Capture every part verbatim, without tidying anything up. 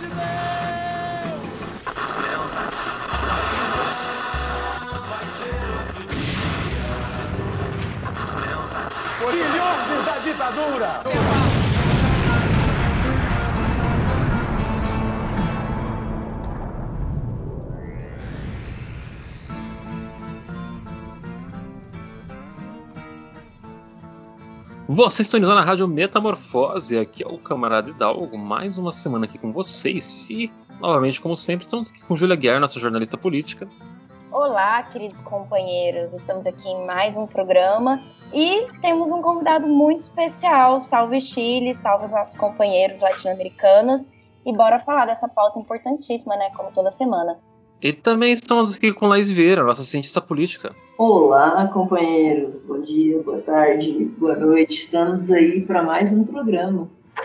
Filhotes da ditadura! Você sintonizou na Rádio Metamorfose, aqui é o Camarada Hidalgo, mais uma semana aqui com vocês e, novamente, como sempre, estamos aqui com Júlia Guiar, nossa jornalista política. Olá, queridos companheiros, estamos aqui em mais um programa e temos um convidado muito especial. Salve Chile, salve os nossos companheiros latino-americanos e bora falar dessa pauta importantíssima, né, como toda semana. E também estamos aqui com Laís Vieira, nossa cientista política. Olá, companheiros, bom dia, boa tarde, boa noite, estamos aí para mais um programa.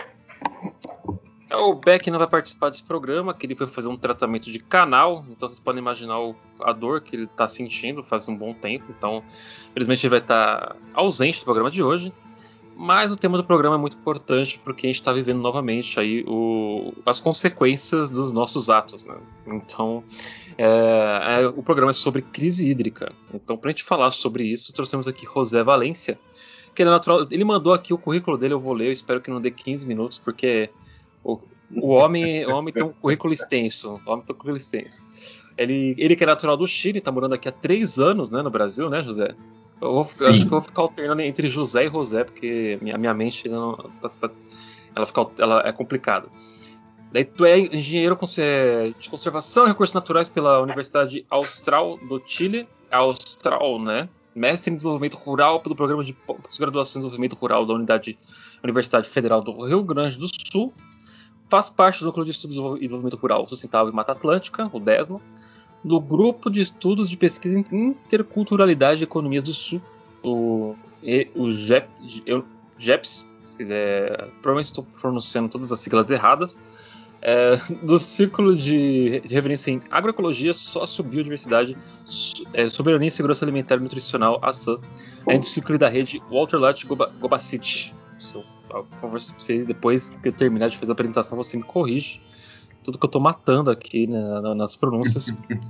O Beck não vai participar desse programa, que ele foi fazer um tratamento de canal, então vocês podem imaginar o, a dor que ele está sentindo faz um bom tempo, então infelizmente ele vai estar ausente do programa de hoje, mas o tema do programa é muito importante porque a gente está vivendo novamente aí o, as consequências dos nossos atos, né? Então é, é, o programa é sobre crise hídrica, então para a gente falar sobre isso trouxemos aqui José Valência, que ele é natural, ele mandou aqui o currículo dele, eu vou ler, eu espero que não dê quinze minutos, porque O, o, homem, o homem tem um currículo extenso. O homem tem um currículo extenso. Ele, ele que é natural do Chile, tá morando aqui há três anos, né, no Brasil, né, José? Eu, vou, eu acho que eu vou ficar alternando entre José e José, porque minha, minha mente não, tá, tá, ela, fica, ela é complicada. Daí tu é engenheiro de conservação e recursos naturais pela Universidade Austral do Chile. Austral, né? Mestre em desenvolvimento rural pelo programa de pós-graduação em desenvolvimento rural da Unidade, Universidade Federal do Rio Grande do Sul. Faz parte do Núcleo de Estudos e Desenvolvimento Rural Sustentável e Mata Atlântica, o DESMA, do Grupo de Estudos de Pesquisa em Interculturalidade e Economias do Sul, o, o GEP, GEPS, é, provavelmente estou pronunciando todas as siglas erradas, é, do Círculo de, de Referência em Agroecologia, Sociobiodiversidade, é, Soberania e Segurança Alimentar e Nutricional, A S A M, é do Círculo da Rede Walter Lott Gobacity. Por favor, se vocês, depois que eu terminar de fazer a apresentação, você me corrige tudo que eu tô matando aqui, né, nas pronúncias.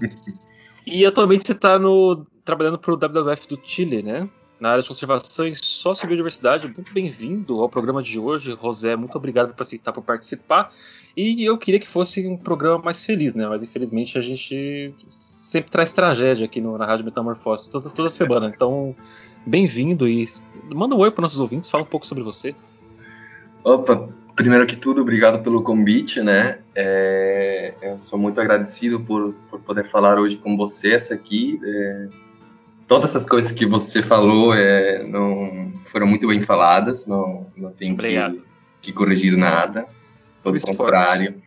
E atualmente você está trabalhando para o W W F do Chile, né? Na área de conservação e sociobiodiversidade. Muito bem-vindo ao programa de hoje, José. Muito obrigado por aceitar, por participar. E eu queria que fosse um programa mais feliz, né? Mas infelizmente a gente sempre traz tragédia aqui no, na Rádio Metamorfose, toda, toda semana. Então, bem-vindo e manda um oi para nossos ouvintes, fala um pouco sobre você. Opa, primeiro que tudo, obrigado pelo convite, né? É, eu sou muito agradecido por, por poder falar hoje com vocês aqui. É, todas essas coisas que você falou é, não foram muito bem faladas, não, não tem que, que corrigir nada, pelo contrário.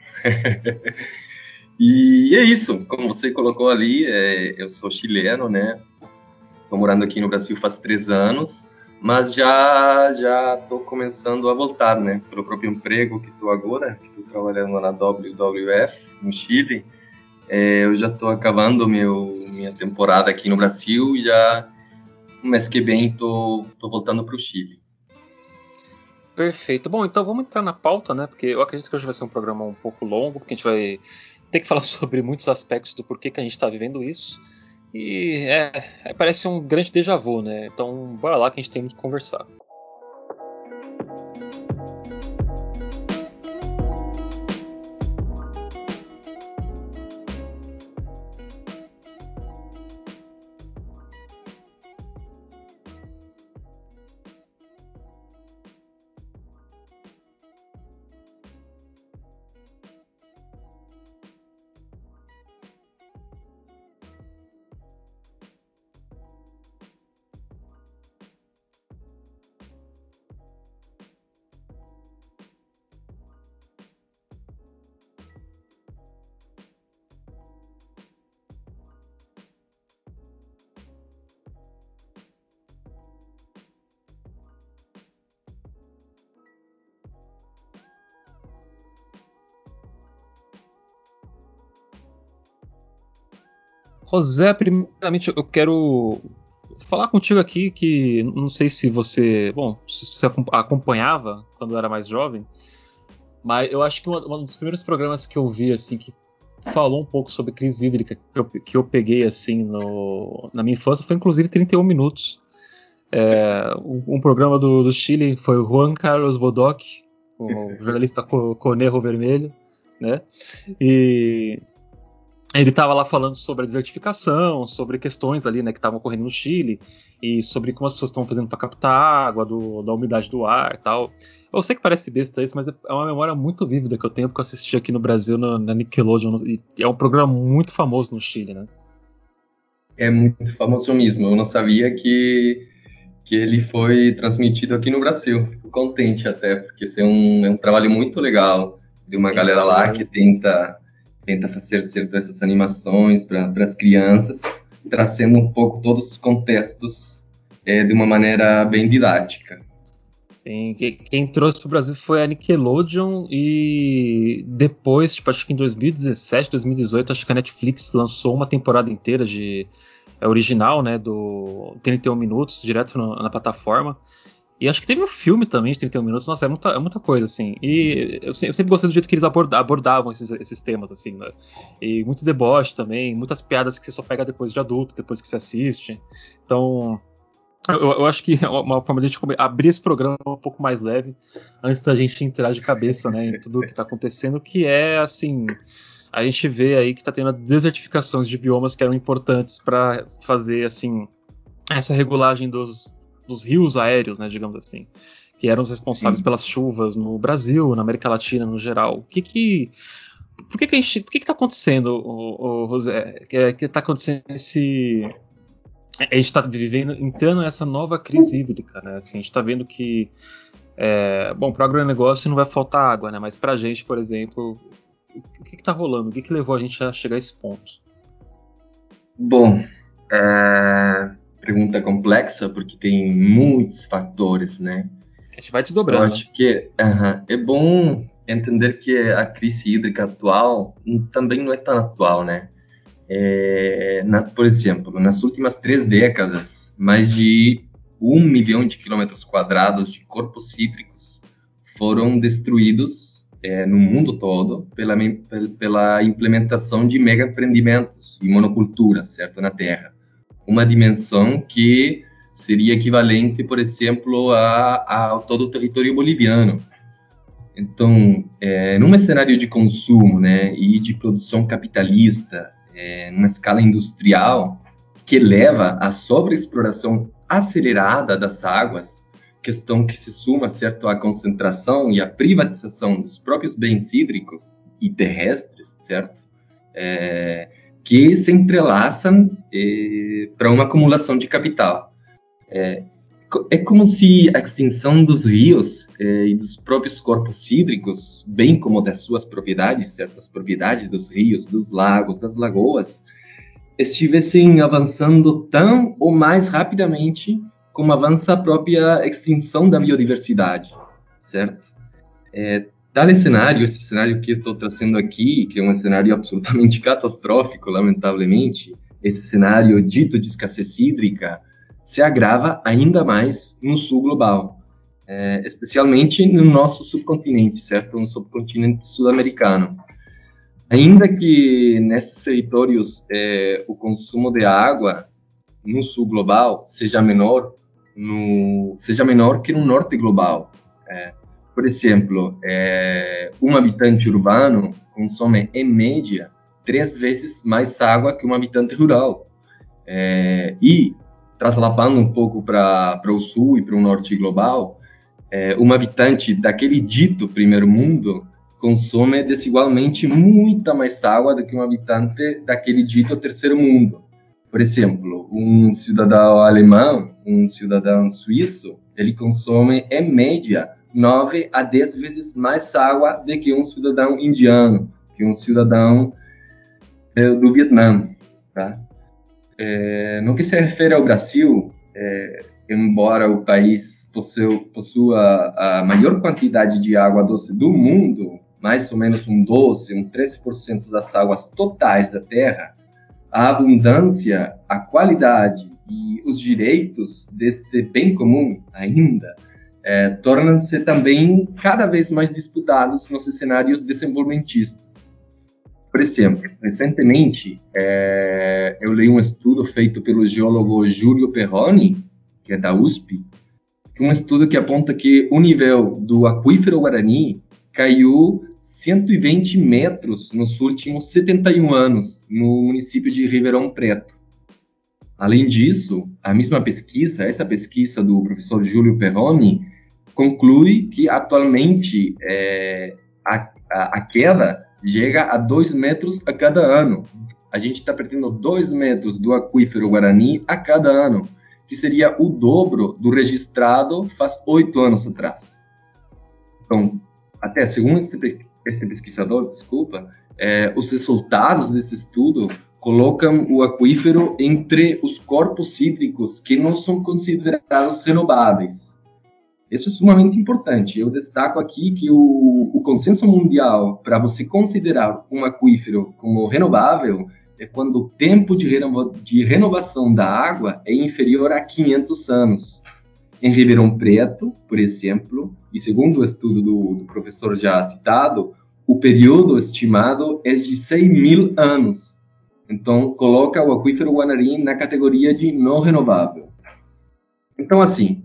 E é isso, como você colocou ali, é, eu sou chileno, né? Estou morando aqui no Brasil faz três anos. Mas já já estou começando a voltar, né? Pelo próprio emprego que estou agora, estou trabalhando na W W F no Chile. É, eu já estou acabando meu minha temporada aqui no Brasil e já no mês que vem estou voltando para o Chile. Perfeito. Bom, então vamos entrar na pauta, né? Porque eu acredito que hoje vai ser um programa um pouco longo, porque a gente vai ter que falar sobre muitos aspectos do porquê que a gente está vivendo isso. E é, é, parece um grande déjà vu, né? Então bora lá que a gente tem muito que conversar. José, primeiramente eu quero falar contigo aqui que não sei se você, bom, se você acompanhava quando era mais jovem, Mas eu acho que um, um dos primeiros programas que eu vi, assim, que falou um pouco sobre crise hídrica, que eu, que eu peguei, assim, no, na minha infância, foi inclusive trinta e um minutos. É, um, um programa do, do Chile foi o Juan Carlos Bodoc, o jornalista co, Conejo Vermelho, né? E ele estava lá falando sobre a desertificação, sobre questões ali, né, que estavam ocorrendo no Chile, e sobre como as pessoas estão fazendo para captar água, do, da umidade do ar e tal. Eu sei que parece besta isso, mas é uma memória muito vívida que eu tenho, porque eu assisti aqui no Brasil, na, na Nickelodeon, e é um programa muito famoso no Chile, né? É muito famoso mesmo. Eu não sabia que, que ele foi transmitido aqui no Brasil. Fico contente até, porque esse é um, é um trabalho muito legal de uma Sim, galera lá é. que tenta, tenta fazer certas essas animações para as crianças, trazendo um pouco todos os contextos é, de uma maneira bem didática. Sim, quem trouxe pro Brasil foi a Nickelodeon, e depois, tipo, acho que em dois mil e dezessete, dois mil e dezoito, acho que a Netflix lançou uma temporada inteira de é, original, né, do trinta e um minutos, direto no, na plataforma. E acho que teve um filme também de trinta e um minutos. Nossa, é muita, é muita coisa, assim. E eu sempre, eu sempre gostei do jeito que eles aborda, abordavam esses, esses temas, assim, né? E muito deboche também, muitas piadas que você só pega depois de adulto, depois que você assiste. Então, eu, eu acho que é uma forma de a gente abrir esse programa um pouco mais leve, antes da gente entrar de cabeça, né, em tudo o que está acontecendo, que é, assim, a gente vê aí que está tendo desertificações de biomas que eram importantes para fazer, assim, essa regulagem dos, dos rios aéreos, né, digamos assim, que eram os responsáveis Sim. pelas chuvas no Brasil, na América Latina no geral. O que que... Por que que a gente... Por que que tá acontecendo, o, o José? Que, que tá acontecendo esse... A gente está vivendo, entrando nessa nova crise hídrica, né? Assim, a gente está vendo que, é, bom, para o agronegócio não vai faltar água, né? Mas para a gente, por exemplo, o que está rolando? O que, que levou a gente a chegar a esse ponto? Bom, é... pergunta complexa porque tem muitos fatores, né? A gente vai desdobrando. Eu acho que uh-huh, é bom entender que a crise hídrica atual também não é tão atual, né? É, na, por exemplo, nas últimas três décadas, mais de um milhão de quilômetros quadrados de corpos hídricos foram destruídos é, no mundo todo pela, pela implementação de mega empreendimentos e monoculturas, certo, na Terra. Uma dimensão que seria equivalente, por exemplo, a, a todo o território boliviano. Então, é, num cenário de consumo, né, e de produção capitalista, é, numa escala industrial, que leva à sobreexploração acelerada das águas, questão que se suma, certo, à concentração e à privatização dos próprios bens hídricos e terrestres, certo? É, que se entrelaçam é, para uma acumulação de capital. É, é como se a extinção dos rios eh, e dos próprios corpos hídricos, bem como das suas propriedades, certas propriedades dos rios, dos lagos, das lagoas, estivessem avançando tão ou mais rapidamente como avança a própria extinção da biodiversidade, certo? É, tal cenário, esse cenário que eu estou trazendo aqui, que é um cenário absolutamente catastrófico, lamentavelmente, esse cenário dito de escassez hídrica, se agrava ainda mais no sul global, é, especialmente no nosso subcontinente, certo? No subcontinente sul-americano. Ainda que nesses territórios é, o consumo de água no sul global seja menor, no, seja menor que no norte global. É, por exemplo, é, um habitante urbano consome, em média, três vezes mais água que um habitante rural. É, e traslapando um pouco para o sul e para o norte global, é, um habitante daquele dito primeiro mundo consome desigualmente muita mais água do que um habitante daquele dito terceiro mundo. Por exemplo, um cidadão alemão, um cidadão suíço, ele consome, em média, nove a dez vezes mais água do que um cidadão indiano, que um cidadão é, do Vietnã, tá? É, no que se refere ao Brasil, é, embora o país possua, possua a maior quantidade de água doce do mundo, mais ou menos um doze, um treze por cento das águas totais da Terra, a abundância, a qualidade e os direitos deste bem comum ainda é, tornam-se também cada vez mais disputados nos cenários desenvolvimentistas. Por exemplo, recentemente, é, eu li um estudo feito pelo geólogo Giulio Perroni, que é da U S P, um estudo que aponta que o nível do aquífero Guarani caiu cento e vinte metros nos últimos setenta e um anos no município de Ribeirão Preto. Além disso, a mesma pesquisa, essa pesquisa do professor Giulio Perroni, conclui que atualmente é, a, a, a queda chega a dois metros a cada ano. A gente está perdendo dois metros do aquífero Guarani a cada ano, que seria o dobro do registrado faz oito anos atrás. Então, até segundo esse, esse pesquisador, desculpa, é, os resultados desse estudo colocam o aquífero entre os corpos hídricos que não são considerados renováveis. Isso é sumamente importante. Eu destaco aqui que o, o consenso mundial para você considerar um aquífero como renovável é quando o tempo de, renova, de renovação da água é inferior a quinhentos anos. Em Ribeirão Preto, por exemplo, e segundo o estudo do, do professor já citado, o período estimado é de seis mil anos. Então, coloca o aquífero Guarani na categoria de não renovável. Então, assim,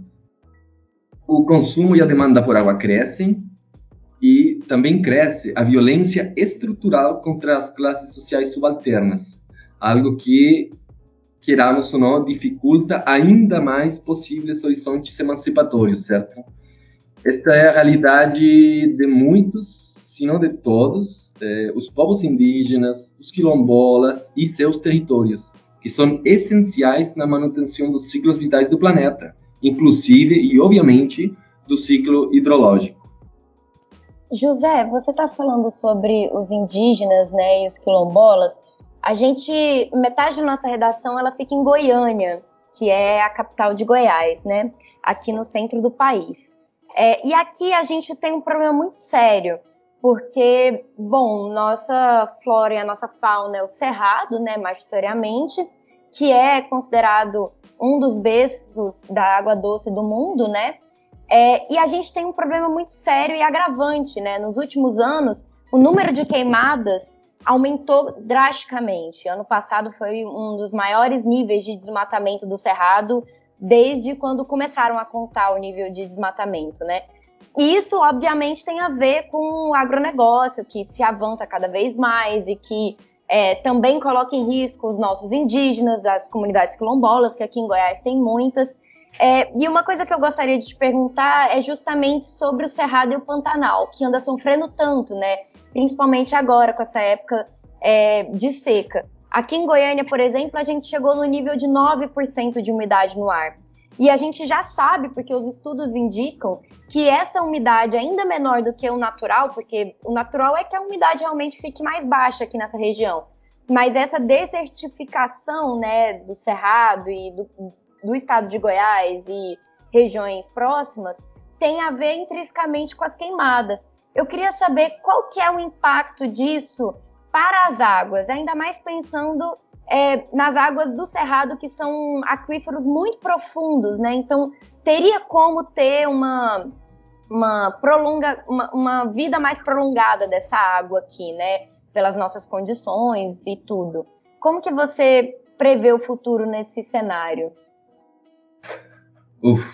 o consumo e a demanda por água crescem e também cresce a violência estrutural contra as classes sociais subalternas, algo que, queiramos ou não, dificulta ainda mais possíveis horizontes emancipatórios, certo? Esta é a realidade de muitos, se não de todos, eh, os povos indígenas, os quilombolas e seus territórios, que são essenciais na manutenção dos ciclos vitais do planeta, inclusive e, obviamente, do ciclo hidrológico. José, você está falando sobre os indígenas, né, e os quilombolas. A gente, metade da nossa redação, ela fica em Goiânia, que é a capital de Goiás, né, aqui no centro do país. É, e aqui a gente tem um problema muito sério, porque, bom, nossa flora e a nossa fauna é o cerrado, né, majoritariamente, que é considerado um dos berços da água doce do mundo, né? É, e a gente tem um problema muito sério e agravante, né? Nos últimos anos, o número de queimadas aumentou drasticamente. Ano passado foi um dos maiores níveis de desmatamento do Cerrado desde quando começaram a contar o nível de desmatamento, né? E isso, obviamente, tem a ver com o agronegócio, que se avança cada vez mais e que é, também coloca em risco os nossos indígenas, as comunidades quilombolas, que aqui em Goiás tem muitas. É, e uma coisa que eu gostaria de te perguntar é justamente sobre o Cerrado e o Pantanal, que anda sofrendo tanto, né? Principalmente agora, com essa época é, de seca. Aqui em Goiânia, por exemplo, a gente chegou no nível de nove por cento de umidade no ar. E a gente já sabe, porque os estudos indicam, que essa umidade é ainda menor do que o natural, porque o natural é que a umidade realmente fique mais baixa aqui nessa região. Mas essa desertificação, né, do Cerrado e do, do estado de Goiás e regiões próximas tem a ver intrinsecamente com as queimadas. Eu queria saber qual que é o impacto disso para as águas, ainda mais pensando é, nas águas do Cerrado, que são aquíferos muito profundos, né? Então, teria como ter uma, uma, prolonga, uma, uma vida mais prolongada dessa água aqui, né? Pelas nossas condições e tudo. Como que você prevê o futuro nesse cenário? Uf.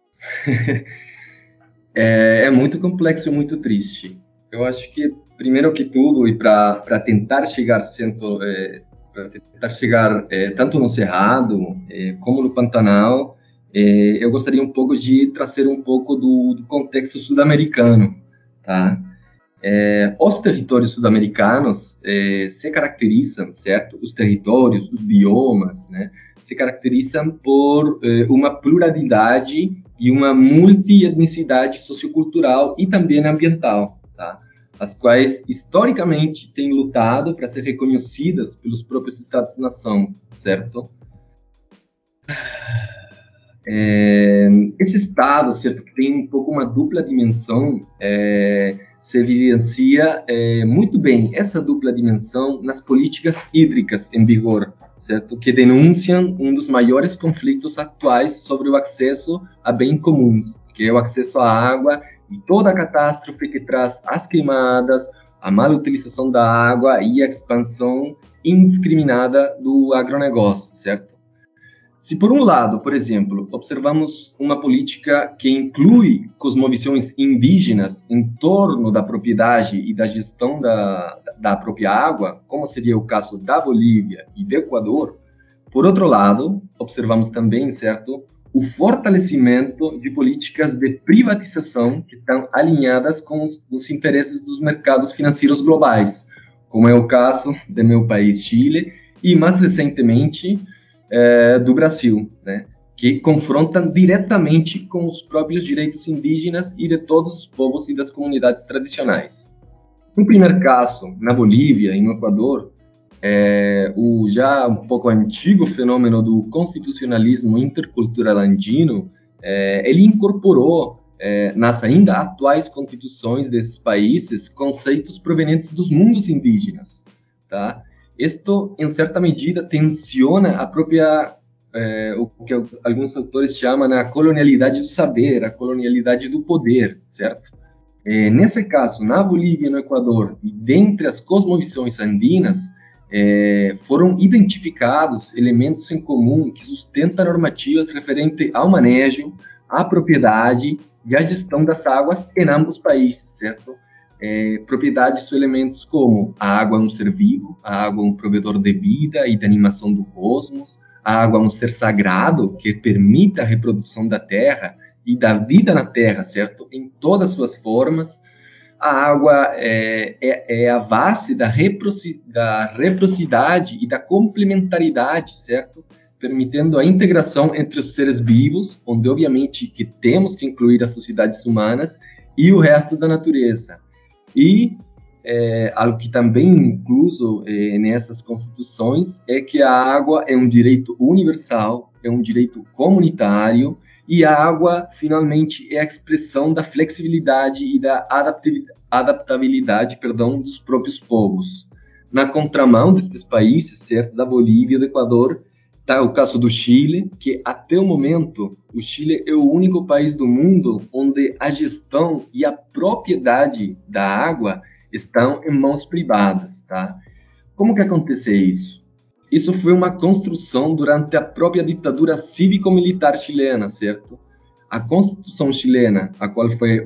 é, é muito complexo e muito triste. Eu acho que, primeiro que tudo, e para tentar chegar sendo, é, para tentar chegar é, tanto no Cerrado é, como no Pantanal, é, eu gostaria um pouco de trazer um pouco do, do contexto sul-americano, tá? É, os territórios sul-americanos é, se caracterizam, certo? Os territórios, os biomas, né? Se caracterizam por é, uma pluralidade e uma multietnicidade sociocultural e também ambiental, tá? As quais historicamente têm lutado para ser reconhecidas pelos próprios Estados-nações, certo? É, esse Estado, certo, que tem um pouco uma dupla dimensão, é, se evidencia é, muito bem essa dupla dimensão nas políticas hídricas em vigor, certo? Que denunciam um dos maiores conflitos atuais sobre o acesso a bens comuns. que é o acesso à água e toda a catástrofe que traz as queimadas, a má utilização da água e a expansão indiscriminada do agronegócio, certo? Se por um lado, por exemplo, observamos uma política que inclui cosmovisões indígenas em torno da propriedade e da gestão da, da própria água, como seria o caso da Bolívia e do Equador, por outro lado, observamos também, certo, o fortalecimento de políticas de privatização que estão alinhadas com os, os interesses dos mercados financeiros globais, como é o caso do meu país, Chile, e mais recentemente é, do Brasil, né, que confrontam diretamente com os próprios direitos indígenas e de todos os povos e das comunidades tradicionais. No primeiro caso, na Bolívia e no Equador, é, o já um pouco antigo fenômeno do constitucionalismo intercultural andino, é, ele incorporou é, nas ainda atuais constituições desses países conceitos provenientes dos mundos indígenas, tá? Isto, em certa medida, tensiona a própria, é, o que alguns autores chamam a colonialidade do saber, a colonialidade do poder, certo? É, nesse caso, na Bolívia e no Equador, e dentre as cosmovisões andinas, é, foram identificados elementos em comum que sustentam normativas referentes ao manejo, à propriedade e à gestão das águas em ambos países, certo? É, propriedades são elementos como a água é um ser vivo, a água é um provedor de vida e de animação do cosmos, a água é um ser sagrado que permite a reprodução da terra e da vida na terra, certo? Em todas as suas formas. A água é, é, é a base da, reproci, da reciprocidade e da complementaridade, certo? Permitindo a integração entre os seres vivos, onde obviamente que temos que incluir as sociedades humanas e o resto da natureza. E é, algo que também incluso é, nessas constituições é que a água é um direito universal, é um direito comunitário, e a água, finalmente, é a expressão da flexibilidade e da adaptabilidade, perdão, dos próprios povos. Na contramão destes países, certo, da Bolívia e do Equador, está o caso do Chile, que até o momento, o Chile é o único país do mundo onde a gestão e a propriedade da água estão em mãos privadas, tá? Como que acontece isso? Isso foi uma construção durante a própria ditadura cívico-militar chilena, certo? A Constituição chilena, a qual foi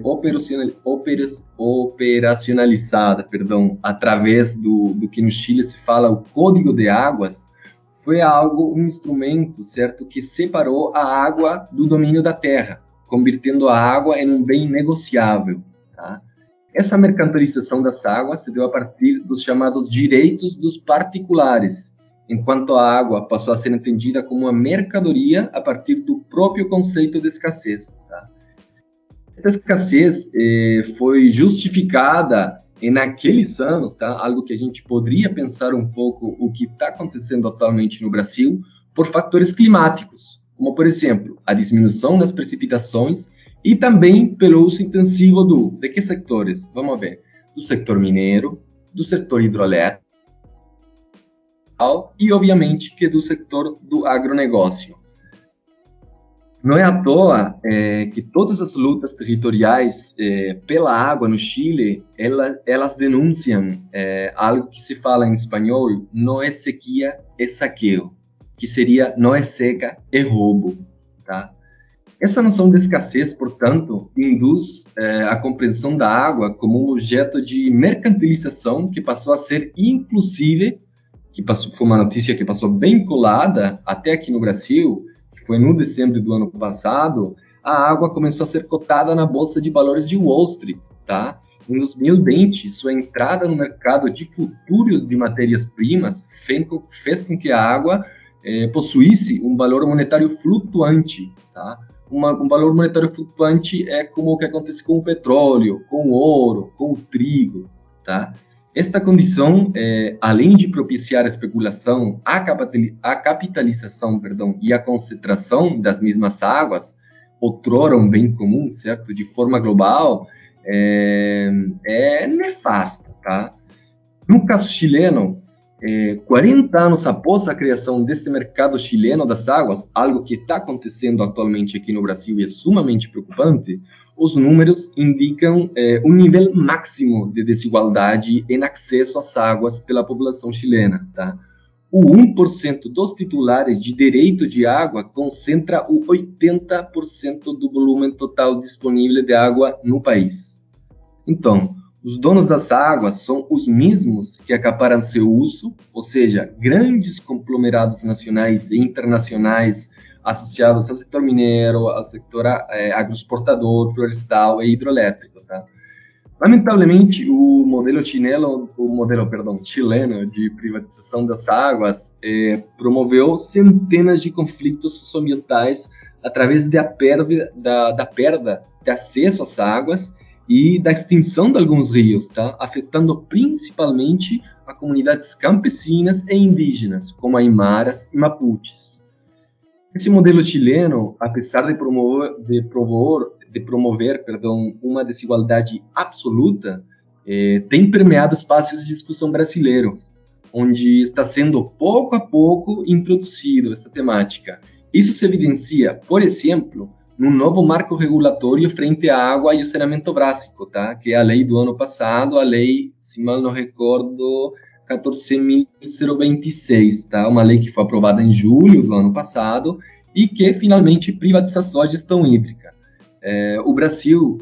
operacionalizada, perdão, através do, do que no Chile se fala o Código de Águas, foi algo, um instrumento, certo, que separou a água do domínio da terra, convertendo a água em um bem negociável, tá? Essa mercantilização das águas se deu a partir dos chamados direitos dos particulares, enquanto a água passou a ser entendida como uma mercadoria a partir do próprio conceito de escassez. Tá? Essa escassez eh, foi justificada e naqueles anos, tá? Algo que a gente poderia pensar um pouco o que está acontecendo atualmente no Brasil, por fatores climáticos, como, por exemplo, a diminuição das precipitações e também pelo uso intensivo do, de que setores? Vamos ver, do setor mineiro, do setor hidroelétrico e, obviamente, que do setor do agronegócio. Não é à toa é, que todas as lutas territoriais é, pela água no Chile, ela, elas denunciam é, algo que se fala em espanhol, não é sequia, é saqueo, que seria não é seca, é roubo. Tá? Essa noção de escassez, portanto, induz é, a compreensão da água como um objeto de mercantilização que passou a ser, inclusive, que passou, foi uma notícia que passou bem colada até aqui no Brasil, foi no dezembro do ano passado, a água começou a ser cotada na Bolsa de Valores de Wall Street, tá? Em dois mil e vinte, sua entrada no mercado de futuro de matérias-primas fez, fez com que a água eh, possuísse um valor monetário flutuante, tá? Uma, um valor monetário flutuante é como o que acontece com o petróleo, com o ouro, com o trigo, tá? Esta condição, é, além de propiciar a especulação, a, a capitalização perdão, e a concentração das mesmas águas, outrora um bem comum, certo? De forma global, é, é nefasta, tá? No caso chileno, É, quarenta anos após a criação desse mercado chileno das águas, algo que está acontecendo atualmente aqui no Brasil e é sumamente preocupante, os números indicam é, um nível máximo de desigualdade em acesso às águas pela população chilena. Tá? O um por cento dos titulares de direito de água concentra o oitenta por cento do volume total disponível de água no país. Então, os donos das águas são os mesmos que acaparam seu uso, ou seja, grandes conglomerados nacionais e internacionais associados ao setor mineiro, ao setor é, agroexportador, florestal e hidroelétrico. Tá? Lamentavelmente, o modelo chileno, o modelo, perdão, chileno de privatização das águas é, promoveu centenas de conflitos socioambientais através da perda, da, da perda de acesso às águas e da extinção de alguns rios, tá? Afetando principalmente a comunidades campesinas e indígenas, como aimaras e mapuches. Esse modelo chileno, apesar de promover, de promover, de promover perdão, uma desigualdade absoluta, eh, tem permeado espaços de discussão brasileiros, onde está sendo pouco a pouco introduzido essa temática. Isso se evidencia, por exemplo, no novo marco regulatório frente à água e o saneamento básico, tá? Que é a lei do ano passado, a lei, se mal não recordo, quatorze mil vinte e seis, tá? Uma lei que foi aprovada em julho do ano passado e que finalmente privatiza a gestão hídrica. É, o Brasil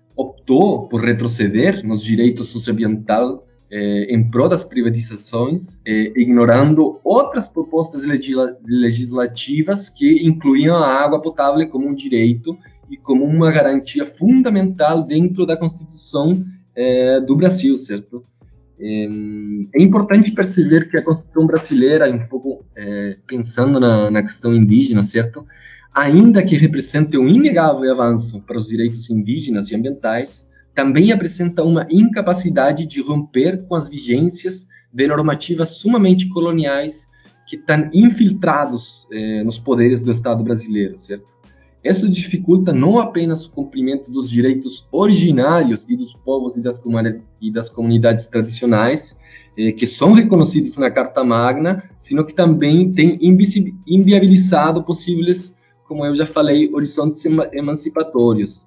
optou por retroceder nos direitos socioambientais é, em prol das privatizações, é, ignorando outras propostas legisla legislativas que incluíam a água potável como um direito e como uma garantia fundamental dentro da Constituição é, do Brasil, certo? É, é importante perceber que a Constituição brasileira, um pouco é, pensando na, na questão indígena, certo? Ainda que represente um inegável avanço para os direitos indígenas e ambientais, também apresenta uma incapacidade de romper com as vigências de normativas sumamente coloniais que estão infiltrados eh, nos poderes do Estado brasileiro, certo? Isso dificulta não apenas o cumprimento dos direitos originários e dos povos e das, e das comunidades tradicionais, eh, que são reconhecidos na Carta Magna, sino que também tem inviabilizado possíveis, como eu já falei, horizontes emancipatórios.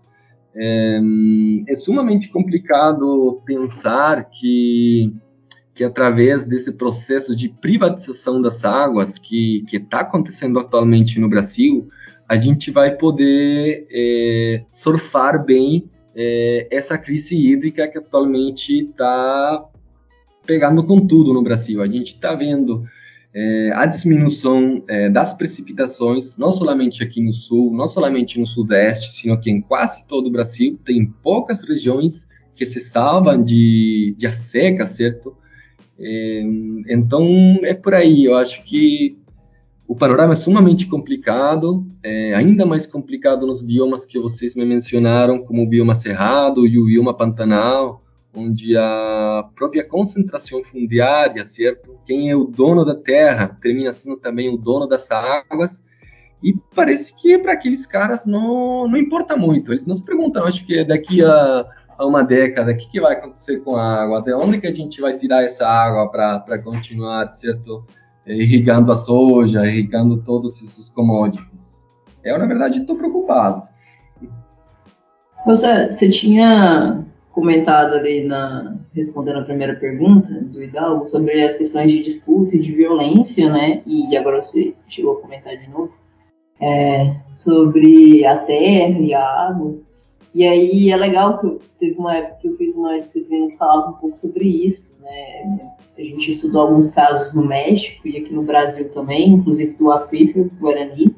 É, é sumamente complicado pensar que, que através desse processo de privatização das águas que está acontecendo atualmente no Brasil, a gente vai poder é, surfar bem é, essa crise hídrica que atualmente está pegando com tudo no Brasil. A gente está vendo É, a diminuição é, das precipitações, não somente aqui no sul, não somente no sudeste, sino que em quase todo o Brasil tem poucas regiões que se salvam de, de a seca, certo? É, então, é por aí. Eu acho que o panorama é sumamente complicado, é ainda mais complicado nos biomas que vocês me mencionaram, como o bioma cerrado e o bioma pantanal, onde a própria concentração fundiária, certo? Quem é o dono da terra termina sendo também o dono das águas, e parece que para aqueles caras não, não importa muito. Eles não se perguntam, acho que daqui a, a uma década, o que, que vai acontecer com a água? De onde que a gente vai tirar essa água para continuar, certo? Irrigando a soja, irrigando todos esses commodities. Eu, na verdade, estou preocupado. Você, você tinha comentado ali, na, respondendo a primeira pergunta do Hidalgo, sobre as questões de disputa e de violência, né? E agora você chegou a comentar de novo, é, sobre a terra e a água. E aí é legal que eu, teve uma época que eu fiz uma disciplina que falava um pouco sobre isso, né? A gente estudou alguns casos no México e aqui no Brasil também, inclusive do aquífero Guarani.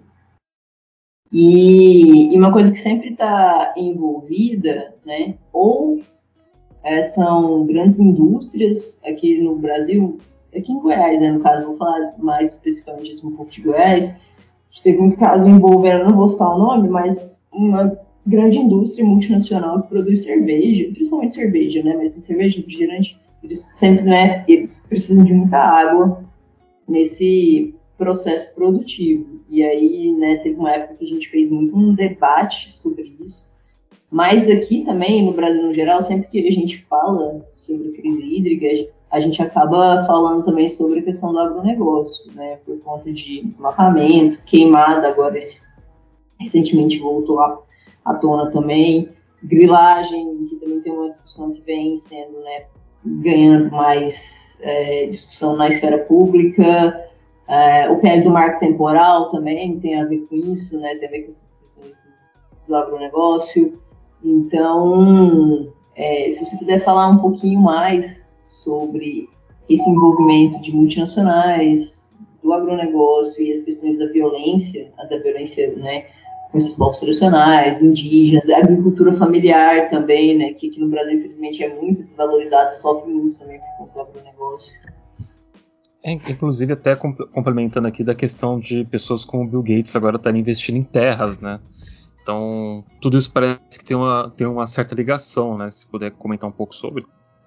E, e uma coisa que sempre está envolvida, né? Ou é, são grandes indústrias aqui no Brasil, aqui em Goiás, né? No caso, vou falar mais especificamente assim, um pouco de Goiás. A gente teve muito caso envolvendo, não vou citar o nome, mas uma grande indústria multinacional que produz cerveja, principalmente cerveja, né? Mas cerveja, refrigerante, eles sempre, né? Eles precisam de muita água nesse processo produtivo. E aí, né? Teve uma época que a gente fez muito um debate sobre isso. Mas aqui também, no Brasil no geral, sempre que a gente fala sobre crise hídrica, a gente acaba falando também sobre a questão do agronegócio, né, por conta de desmatamento, queimada, agora esse, recentemente voltou à, à tona também, grilagem, que também tem uma discussão que vem sendo, né, ganhando mais é, discussão na esfera pública, é, o P L do marco temporal também tem a ver com isso, né, tem a ver com essas questões do, do agronegócio. Então, é, se você puder falar um pouquinho mais sobre esse envolvimento de multinacionais, do agronegócio e as questões da violência, da violência, né, com esses povos tradicionais, indígenas, a agricultura familiar também, né, que aqui no Brasil, infelizmente, é muito desvalorizado, sofre muito também por conta do agronegócio. É, inclusive, até complementando aqui da questão de pessoas como o Bill Gates agora estarem investindo em terras, né? Então, tudo isso parece que tem uma, tem uma certa ligação, né? Se puder comentar um pouco sobre.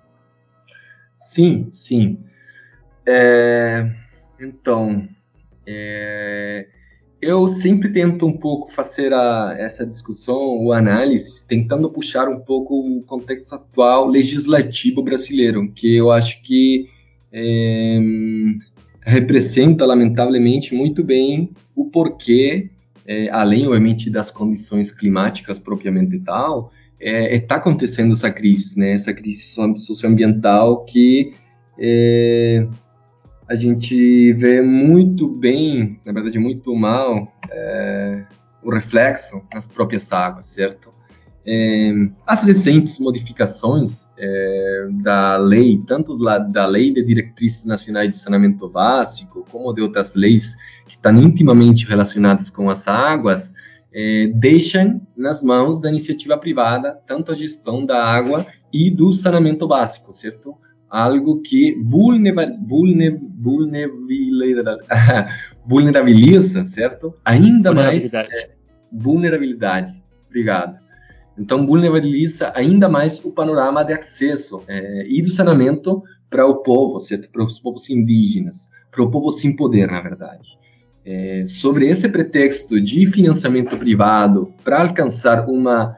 Sim, sim. É, então, é, eu sempre tento um pouco fazer a, essa discussão, o análise, tentando puxar um pouco o contexto atual legislativo brasileiro, que eu acho que é, representa, lamentavelmente, muito bem o porquê, é, além, obviamente, das condições climáticas propriamente tal, é, está acontecendo essa crise, né? Essa crise socioambiental que é, a gente vê muito bem, na verdade muito mal, é, o reflexo nas próprias águas, certo? É, as recentes modificações é, da lei, tanto da, da Lei de Diretrizes Nacionais de Saneamento Básico, como de outras leis que estão intimamente relacionadas com as águas, é, deixam nas mãos da iniciativa privada tanto a gestão da água e do saneamento básico, certo? Algo que vulnera, vulner, vulnerabiliza, vulnerabiliza, certo? Ainda mais é, vulnerabilidade. Obrigado. Então, vulnerabiliza ainda mais o panorama de acesso é, e do saneamento para o povo, certo? Para os povos indígenas, para o povo sem poder, na verdade. É, sobre esse pretexto de financiamento privado para alcançar uma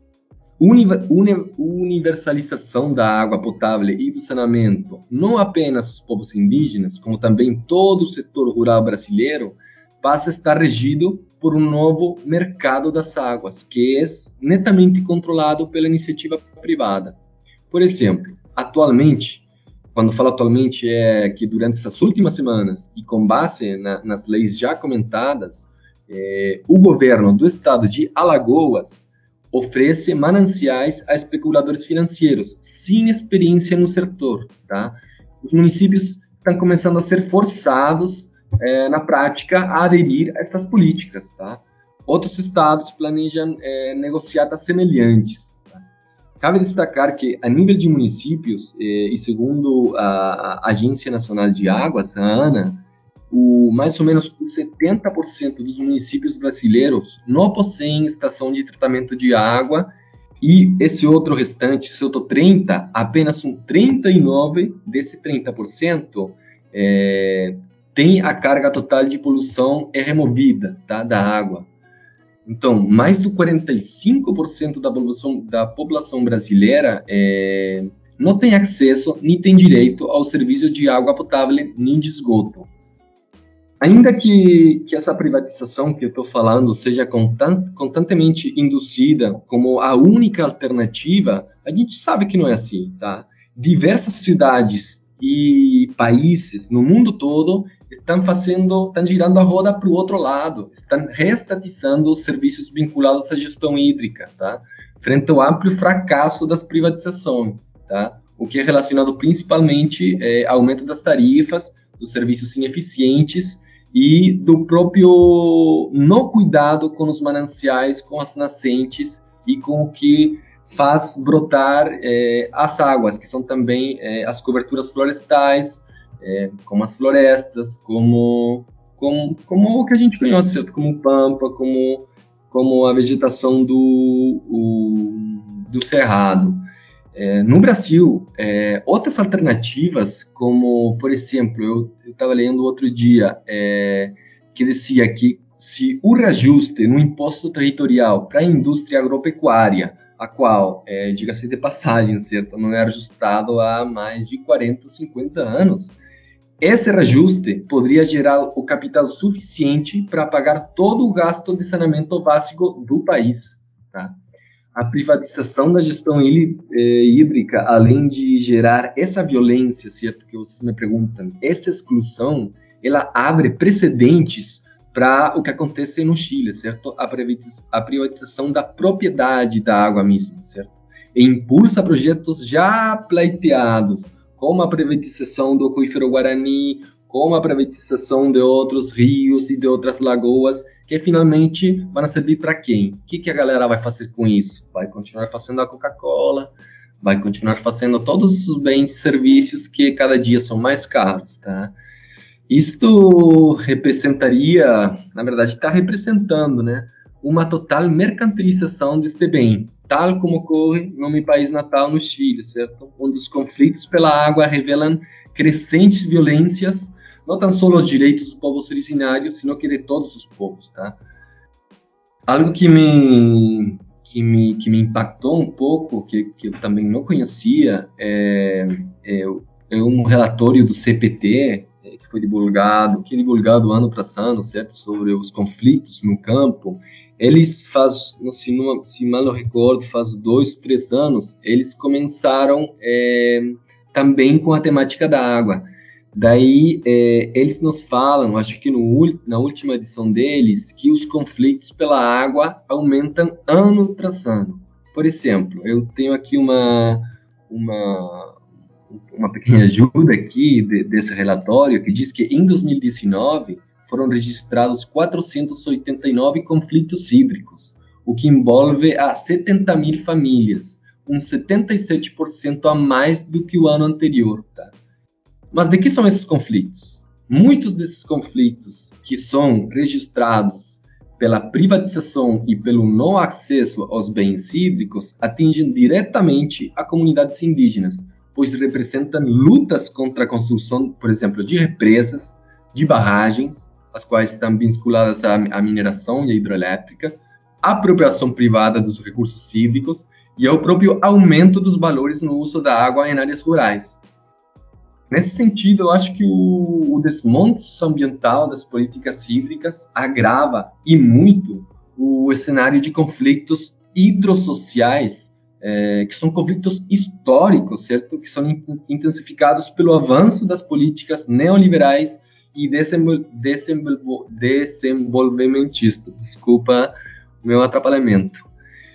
universalização da água potável e do saneamento, não apenas os povos indígenas, como também todo o setor rural brasileiro, passa a estar regido por um novo mercado das águas, que é netamente controlado pela iniciativa privada. Por exemplo, atualmente, quando falo atualmente, é que durante essas últimas semanas, e com base na, nas leis já comentadas, é, o governo do estado de Alagoas oferece mananciais a especuladores financeiros sem experiência no setor, tá? Os municípios estão começando a ser forçados, é, na prática, a aderir a essas políticas, tá? Outros estados planejam é, negociatas semelhantes. Tá? Cabe destacar que, a nível de municípios, é, e segundo a, a Agência Nacional de Águas, a ANA, o, mais ou menos setenta por cento dos municípios brasileiros não possuem estação de tratamento de água, e esse outro restante, esse outro trinta por cento, apenas um trinta e nove por cento desse trinta por cento é, tem a carga total de poluição é removida, tá, da água. Então, mais do quarenta e cinco por cento da população, da população brasileira é, não tem acesso nem tem direito ao serviço de água potável nem de esgoto. Ainda que, que essa privatização que eu estou falando seja constant, constantemente induzida como a única alternativa, a gente sabe que não é assim, tá? Diversas cidades e países no mundo todo estão fazendo, estão girando a roda para o outro lado, estão reestatizando os serviços vinculados à gestão hídrica, tá? Frente ao amplo fracasso das privatizações, tá? O que é relacionado principalmente é, ao aumento das tarifas, dos serviços ineficientes e do próprio não cuidado com os mananciais, com as nascentes e com o que faz brotar é, as águas, que são também é, as coberturas florestais, é, como as florestas, como, como, como o que a gente conhece, como pampa, como, como a vegetação do, o, do cerrado. É, no Brasil, é, outras alternativas, como, por exemplo, eu estava lendo outro dia, é, que dizia que se o reajuste no imposto territorial para a indústria agropecuária a qual, é, diga-se de passagem, certo, não é ajustado há mais de quarenta, cinquenta anos. Esse reajuste poderia gerar o capital suficiente para pagar todo o gasto de saneamento básico do país. Tá? A privatização da gestão hídrica, além de gerar essa violência, certo, que vocês me perguntam, essa exclusão, ela abre precedentes para o que acontece no Chile, certo? A privatização da propriedade da água mesmo, certo? E impulsa projetos já pleiteados, como a privatização do aquífero Guarani, como a privatização de outros rios e de outras lagoas, que finalmente vão servir para quem? O que, que a galera vai fazer com isso? Vai continuar fazendo a Coca-Cola, vai continuar fazendo todos os bens e serviços que cada dia são mais caros, tá? Isto representaria, na verdade, está representando, né, uma total mercantilização deste bem, tal como ocorre no meu país natal, no Chile, certo? Onde os conflitos pela água revelam crescentes violências, não tão só os direitos dos povos originários, sino que de todos os povos, tá? Algo que me que me que me impactou um pouco, que, que eu também não conhecia, é, é, é um relatório do C P T, que foi divulgado, que é divulgado ano passado, certo, sobre os conflitos no campo. Eles faz, se, não, se mal não recordo, faz dois, três anos, eles começaram é, também com a temática da água. Daí, é, eles nos falam, acho que no, na última edição deles, que os conflitos pela água aumentam ano tras ano. Por exemplo, eu tenho aqui uma... uma uma pequena ajuda aqui de, desse relatório, que diz que em dois mil e dezenove foram registrados quatrocentos e oitenta e nove conflitos hídricos, o que envolve a setenta mil famílias, uns setenta e sete por cento a mais do que o ano anterior. Tá? Mas de que são esses conflitos? Muitos desses conflitos que são registrados pela privatização e pelo não acesso aos bens hídricos atingem diretamente a comunidades indígenas, pois representam lutas contra a construção, por exemplo, de represas, de barragens, as quais estão vinculadas à, à mineração e à hidrelétrica, à apropriação privada dos recursos hídricos e ao próprio aumento dos valores no uso da água em áreas rurais. Nesse sentido, eu acho que o, o desmonte ambiental das políticas hídricas agrava, e muito, o cenário de conflitos hidrossociais, É, que são conflitos históricos, certo? Que são intensificados pelo avanço das políticas neoliberais e desenvol desenvol desenvolvimentistas. Desculpa o meu atrapalhamento.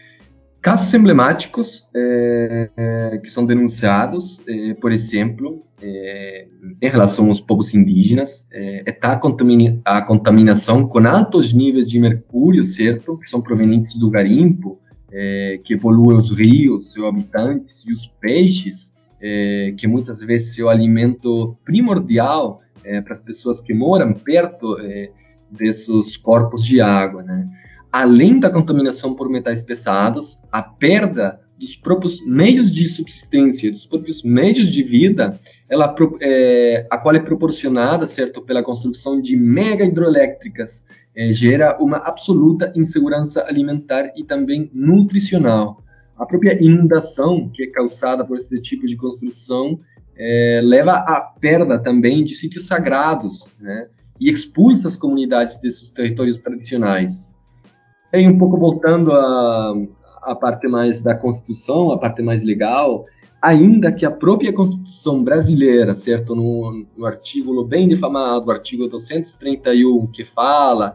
Casos emblemáticos é, é, que são denunciados, é, por exemplo, é, em relação aos povos indígenas, é, está a, contamina a contaminação com altos níveis de mercúrio, certo? Que são provenientes do garimpo, É, que polui os rios, seus habitantes e os peixes, é, que muitas vezes é o alimento primordial é, para as pessoas que moram perto é, desses corpos de água, né? Além da contaminação por metais pesados, a perda dos próprios meios de subsistência, dos próprios meios de vida, ela, é, a qual é proporcionada, certo, pela construção de mega hidroelétricas, É, gera uma absoluta insegurança alimentar e também nutricional. A própria inundação que é causada por esse tipo de construção é, leva à perda também de sítios sagrados, né? E expulsa as comunidades desses territórios tradicionais. E um pouco voltando à, à parte mais da Constituição, a parte mais legal, ainda que a própria Constituição brasileira, certo, no, no artigo bem difamado, artigo duzentos e trinta e um, que fala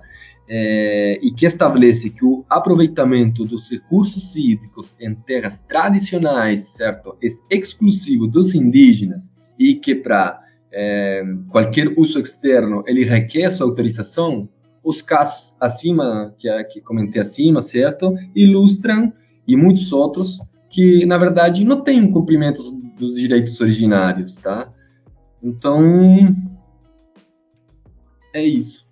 é, e que estabelece que o aproveitamento dos recursos hídricos em terras tradicionais, certo, é exclusivo dos indígenas e que para é, qualquer uso externo ele requer sua autorização, os casos acima, que, que comentei acima, certo, ilustram, e muitos outros, que, na verdade, não tem um cumprimento dos direitos originários, tá? Então, é isso.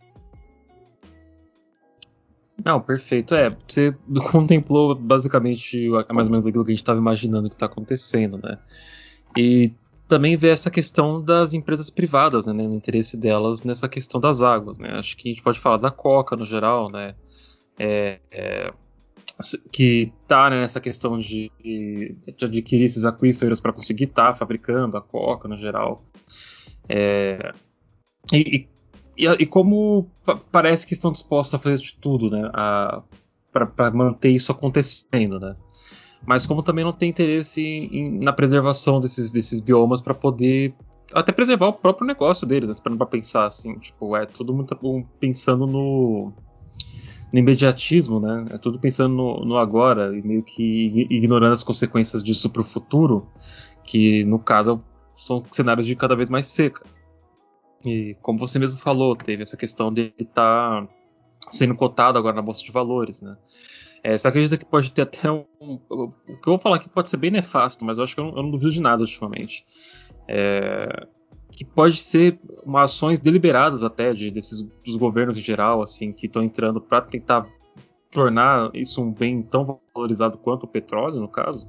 Não, perfeito. É, você contemplou basicamente mais ou menos aquilo que a gente estava imaginando que está acontecendo, né? E também vê essa questão das empresas privadas, né, no interesse delas nessa questão das águas, né? Acho que a gente pode falar da Coca no geral, né? É, é, que está, né, nessa questão de, de adquirir esses aquíferos para conseguir estar tá fabricando a coca no geral. É, e, e, e como parece que estão dispostos a fazer de tudo, né, para manter isso acontecendo, né? Mas como também não tem interesse em, em, na preservação desses, desses biomas para poder até preservar o próprio negócio deles, né? Para pensar assim, tipo, é tudo muito pensando no, no imediatismo, né? É tudo pensando no, no agora e meio que ignorando as consequências disso para o futuro, que no caso são cenários de cada vez mais seca. E como você mesmo falou, teve essa questão de estar sendo cotado agora na Bolsa de Valores, né? É, você acredita que pode ter até um... O que eu vou falar aqui pode ser bem nefasto, mas eu acho que eu não, eu não duvido de nada ultimamente. É, que pode ser uma ações deliberadas até de, desses, dos governos em geral, assim, que estão entrando para tentar tornar isso um bem tão valorizado quanto o petróleo, no caso?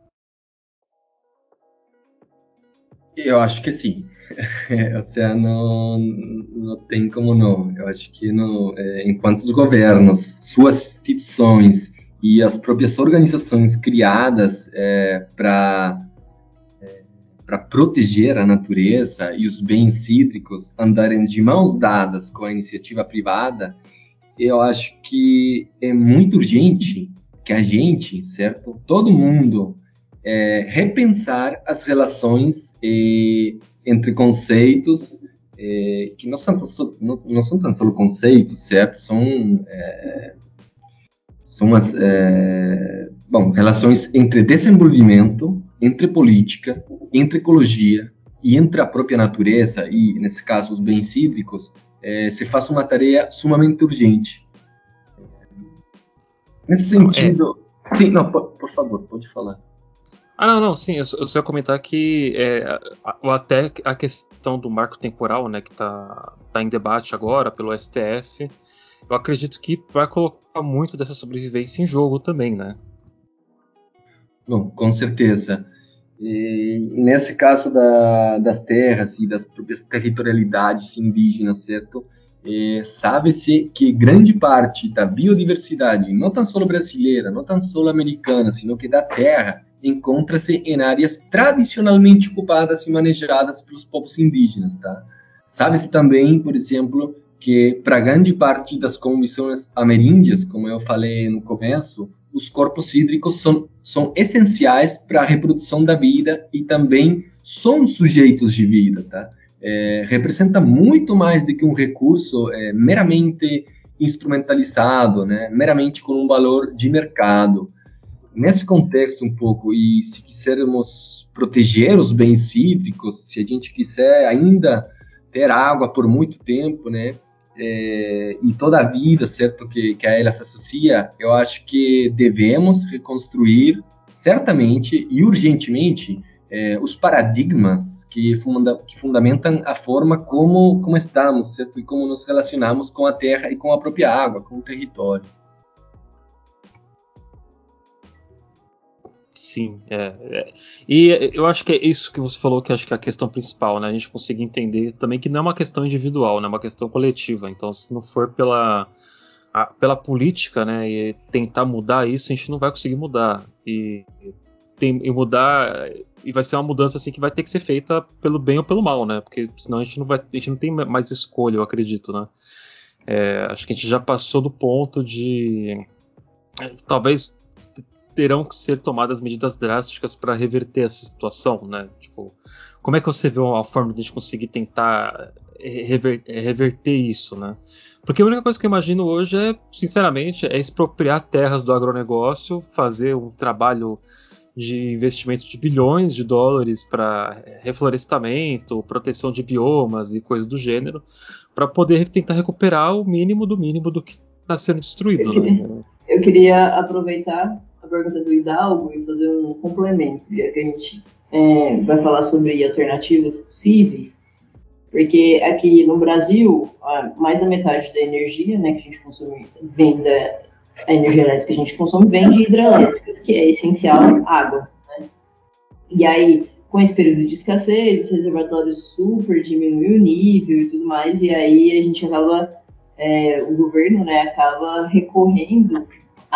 Eu acho que sim. Ou seja, não, não tem como não. Eu acho que no, é, enquanto os governos, suas instituições e as próprias organizações criadas é, para é, para proteger a natureza e os bens hídricos andarem de mãos dadas com a iniciativa privada, eu acho que é muito urgente que a gente, certo? Todo mundo é, repensar as relações é, entre conceitos é, que não são, não, não são tão só conceitos, certo? São, é, são as, é, bom, relações entre desenvolvimento, entre política, entre ecologia e entre a própria natureza e, nesse caso, os bens hídricos, é, se faz uma tarefa sumamente urgente. Nesse sentido... Não, é... Sim, não, por, por favor, pode falar. Ah, não, não, sim, eu só, eu só ia comentar que é, até a questão do marco temporal, né, que está tá em debate agora pelo S T F, eu acredito que vai colocar muito dessa sobrevivência em jogo também, né? Bom, com certeza. E nesse caso da, das terras e das próprias territorialidades indígenas, certo? É, sabe-se que grande parte da biodiversidade, não tão só brasileira, não tão só americana, sino que da terra, encontra-se em áreas tradicionalmente ocupadas e manejadas pelos povos indígenas, tá? Sabe-se também, por exemplo, que para grande parte das convenções ameríndias, como eu falei no começo, os corpos hídricos são, são essenciais para a reprodução da vida e também são sujeitos de vida, tá? É, representa muito mais do que um recurso é, meramente instrumentalizado, né? Meramente com um valor de mercado. Nesse contexto um pouco, e se quisermos proteger os bens hídricos, se a gente quiser ainda ter água por muito tempo, né? É, e toda a vida, certo, que, que a ela se associa, eu acho que devemos reconstruir, certamente e urgentemente, é, os paradigmas que, funda, que fundamentam a forma como, como estamos, certo, e como nos relacionamos com a terra e com a própria água, com o território. Sim, é, é. E eu acho que é isso que você falou que acho que é a questão principal, né? A gente conseguir entender também que não é uma questão individual, né? É uma questão coletiva. Então, se não for pela, a, pela política, né, e tentar mudar isso, a gente não vai conseguir mudar. E, tem, e mudar e vai ser uma mudança assim que vai ter que ser feita pelo bem ou pelo mal, né? Porque senão a gente não vai, a gente não tem mais escolha, eu acredito, né? É, acho que a gente já passou do ponto de talvez terão que ser tomadas medidas drásticas para reverter essa situação, né? Tipo, como é que você vê uma forma de a gente conseguir tentar rever, reverter isso, né? Porque a única coisa que eu imagino hoje é, sinceramente, é expropriar terras do agronegócio, fazer um trabalho de investimento de bilhões de dólares para reflorestamento, proteção de biomas e coisas do gênero, para poder tentar recuperar o mínimo do mínimo do que está sendo destruído, eu queria, né? Eu queria aproveitar a pergunta do Hidalgo e fazer um complemento, já que a gente é, vai falar sobre alternativas possíveis, porque aqui no Brasil, mais da metade da energia, né, que a gente consome vem da a energia elétrica que a gente consome vem de hidrelétricas, que é essencial água, né? E aí, com esse período de escassez, os reservatórios super diminuem o nível e tudo mais, e aí a gente acaba, é, o governo, né, acaba recorrendo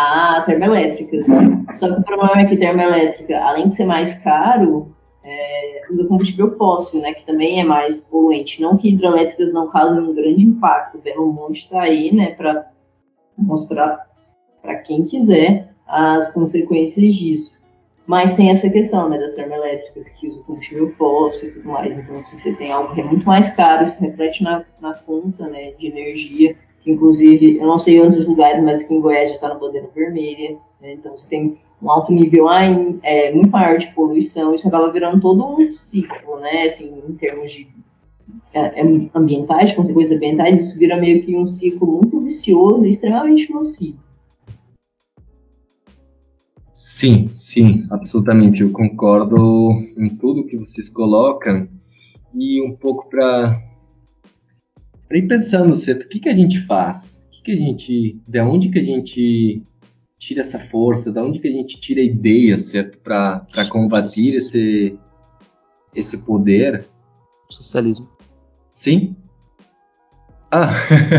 a termoelétricas. Só que o problema é que termoelétrica, além de ser mais caro, é, usa combustível fóssil, né, que também é mais poluente. Não que hidrelétricas não causem um grande impacto. O Belo Monte está aí, né, para mostrar para quem quiser as consequências disso. Mas tem essa questão, né, das termoelétricas que usam combustível fóssil e tudo mais. Então, se você tem algo que é muito mais caro, isso reflete na, na conta, né, de energia, que inclusive, eu não sei em outros lugares, mas aqui em Goiás já está na bandeira vermelha, né? Então você tem um alto nível aí, é, muito maior de poluição, isso acaba virando todo um ciclo, né, assim, em termos de é, ambientais, de consequências ambientais, isso vira meio que um ciclo muito vicioso e extremamente nocivo. Sim, sim, absolutamente, eu concordo em tudo que vocês colocam, e um pouco para para ir pensando, certo? O que que a gente faz? O que que a gente, de onde que a gente tira essa força? De onde que a gente tira a ideia, certo? Para para combater esse esse poder? Socialismo. Sim. Ah,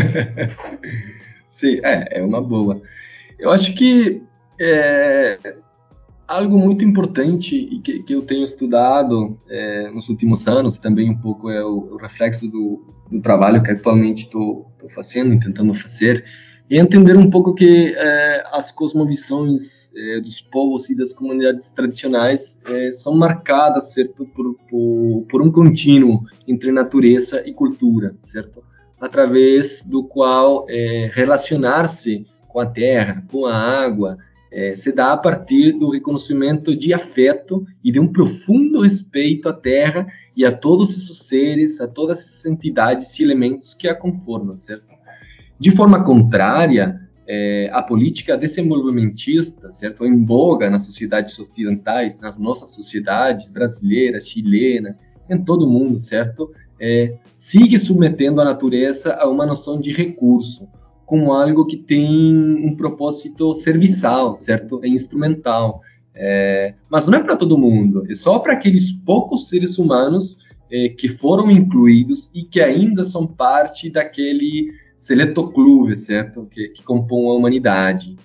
sim, é, é uma boa. Eu acho que é, algo muito importante e que, que eu tenho estudado é, nos últimos anos, também um pouco é o, o reflexo do, do trabalho que atualmente estou fazendo, tentando fazer, e entender um pouco que é, as cosmovisões é, dos povos e das comunidades tradicionais é, são marcadas, certo, por, por, por um contínuo entre natureza e cultura, certo? Através do qual é, relacionar-se com a terra, com a água, É, se dá a partir do reconhecimento de afeto e de um profundo respeito à Terra e a todos esses seres, a todas essas entidades e elementos que a conformam, certo? De forma contrária, é, a política desenvolvimentista, certo, em voga nas sociedades ocidentais, nas nossas sociedades brasileira, chilena, em todo o mundo, certo, é, sigue submetendo a natureza a uma noção de recurso, como algo que tem um propósito serviçal, certo? É instrumental. É, mas não é para todo mundo, é só para aqueles poucos seres humanos é, que foram incluídos e que ainda são parte daquele seleto clube, certo? Que, que compõe a humanidade.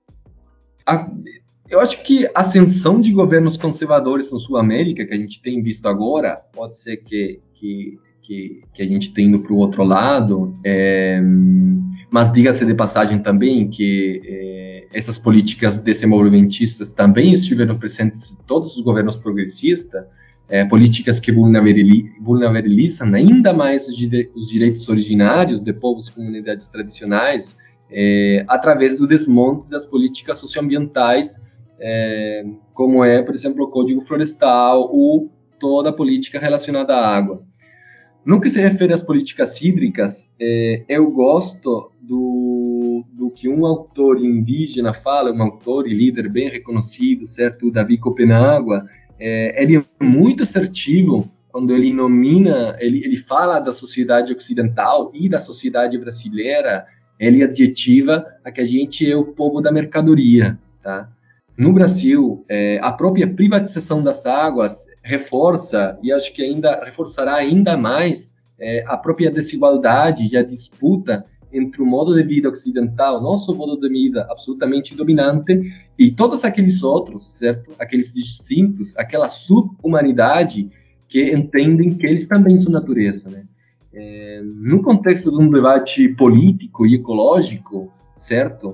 A, eu acho que a ascensão de governos conservadores na Sul-América, que a gente tem visto agora, pode ser que, que, que, que a gente tenha indo para o outro lado, é, mas diga-se de passagem também que é, essas políticas desenvolvimentistas também estiveram presentes em todos os governos progressistas, é, políticas que vulnerabilizam ainda mais os, os direitos originários de povos e comunidades tradicionais, é, através do desmonte das políticas socioambientais, é, como é, por exemplo, o Código Florestal ou toda a política relacionada à água. No que se refere às políticas hídricas, é, eu gosto do, do que um autor indígena fala, um autor e líder bem reconhecido, certo? O Davi Copenhague. É, ele é muito assertivo quando ele nomina, ele, ele fala da sociedade ocidental e da sociedade brasileira, ele adjetiva a que a gente é o povo da mercadoria, tá? No Brasil, é, a própria privatização das águas reforça, e acho que ainda reforçará ainda mais, é, a própria desigualdade e a disputa entre o modo de vida ocidental, nosso modo de vida absolutamente dominante, e todos aqueles outros, certo? Aqueles distintos, aquela sub-humanidade que entendem que eles também são natureza, né? É, no contexto de um debate político e ecológico, certo?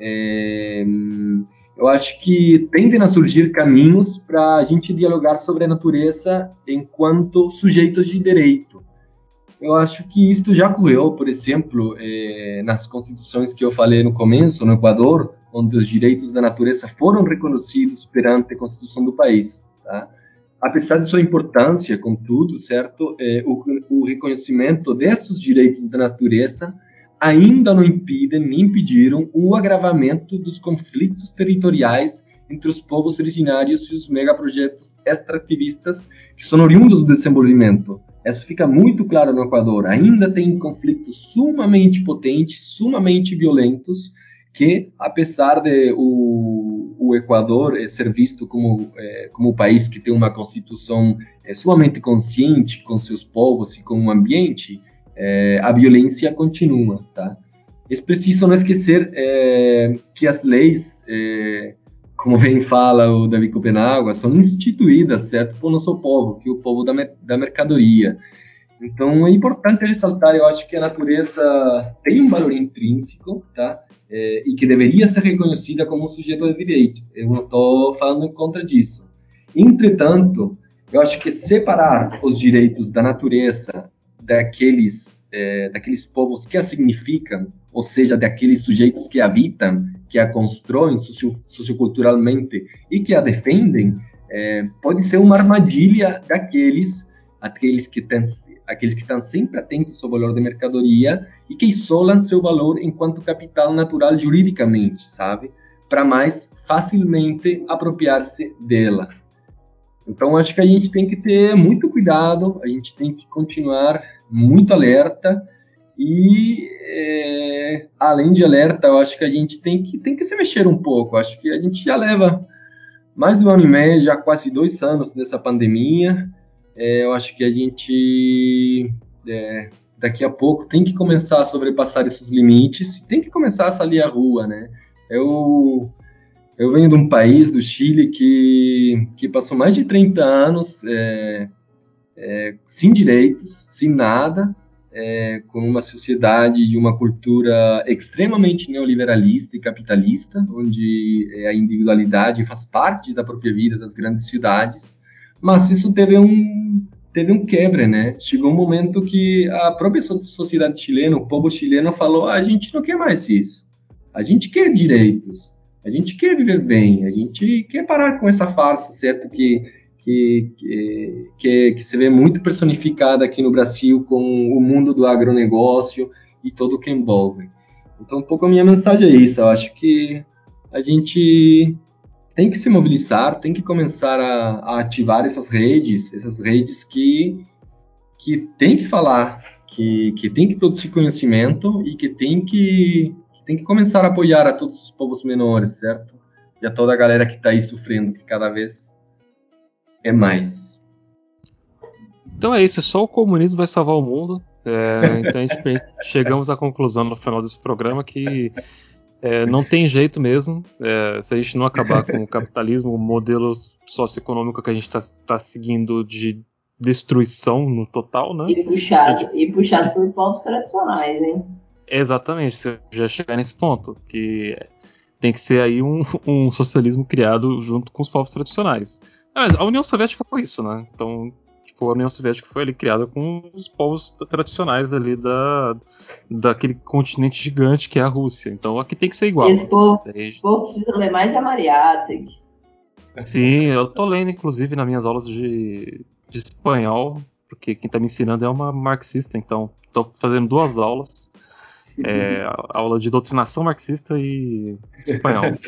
É, eu acho que tendem a surgir caminhos para a gente dialogar sobre a natureza enquanto sujeitos de direito. Eu acho que isto já ocorreu, por exemplo, eh, nas constituições que eu falei no começo, no Equador, onde os direitos da natureza foram reconhecidos perante a Constituição do país. Tá? Apesar de sua importância, contudo, certo, eh, o, o reconhecimento desses direitos da natureza ainda não impedem nem impediram o agravamento dos conflitos territoriais entre os povos originários e os megaprojetos extrativistas que são oriundos do desenvolvimento. Isso fica muito claro no Equador. Ainda tem conflitos sumamente potentes, sumamente violentos, que, apesar de o, o Equador é, ser visto como, é, como um país que tem uma constituição é, sumamente consciente com seus povos e com o ambiente, é, a violência continua, tá? é preciso não esquecer é, que as leis, é, como bem fala o Davi Copenhague, são instituídas, certo, por nosso povo, que é o povo da, da mercadoria. Então, é importante ressaltar, eu acho que a natureza tem um valor intrínseco, tá? É, e que deveria ser reconhecida como um sujeito de direito. Eu não estou falando em contra disso. Entretanto, eu acho que separar os direitos da natureza daqueles, é, daqueles povos que a significam, ou seja, daqueles sujeitos que a habitam, que a constroem socio, socioculturalmente e que a defendem, é, pode ser uma armadilha daqueles, aqueles que têm, aqueles que estão sempre atentos ao valor da mercadoria e que isolam seu valor enquanto capital natural juridicamente, sabe? Para mais facilmente apropriar-se dela. Então, acho que a gente tem que ter muito cuidado, a gente tem que continuar muito alerta e, é, além de alerta, eu acho que a gente tem que, tem que se mexer um pouco. Acho que a gente já leva mais de um ano e meio, já quase dois anos dessa pandemia. É, eu acho que a gente, é, daqui a pouco, tem que começar a sobrepassar esses limites, tem que começar a sair à rua, né? Eu... Eu venho de um país, do Chile, que, que passou mais de trinta anos é, é, sem direitos, sem nada, é, com uma sociedade de uma cultura extremamente neoliberalista e capitalista, onde a individualidade faz parte da própria vida das grandes cidades, mas isso teve um, teve um quebre, né? Chegou um momento que a própria sociedade chilena, o povo chileno falou, ah, a gente não quer mais isso, a gente quer direitos. A gente quer viver bem, a gente quer parar com essa farsa, certo? Que, que, que, que, que se vê muito personificada aqui no Brasil com o mundo do agronegócio e tudo o que envolve. Então, um pouco a minha mensagem é isso. Eu acho que a gente tem que se mobilizar, tem que começar a, a ativar essas redes, essas redes que, que tem que falar, que, que tem que produzir conhecimento e que tem que tem que começar a apoiar a todos os povos menores, certo? E a toda a galera que está aí sofrendo, que cada vez é mais. Então é isso, só o comunismo vai salvar o mundo. É, então a gente chegamos à conclusão no final desse programa que é, não tem jeito mesmo. É, se a gente não acabar com o capitalismo, o modelo socioeconômico que a gente está tá seguindo de destruição no total, né? E puxado, gente... e puxado por povos tradicionais, hein? Exatamente, você já chegar nesse ponto, que tem que ser aí um, um socialismo criado junto com os povos tradicionais. Ah, a União Soviética foi isso, né? Então, tipo, a União Soviética foi ali criada com os povos tradicionais ali da, daquele continente gigante que é a Rússia. Então aqui tem que ser igual. Esse povo, Desde... povo precisa ler mais a Mariátegui. Sim, eu tô lendo, inclusive, nas minhas aulas de, de espanhol, porque quem tá me ensinando é uma marxista, então tô fazendo duas aulas. É, aula de doutrinação marxista e espanhol.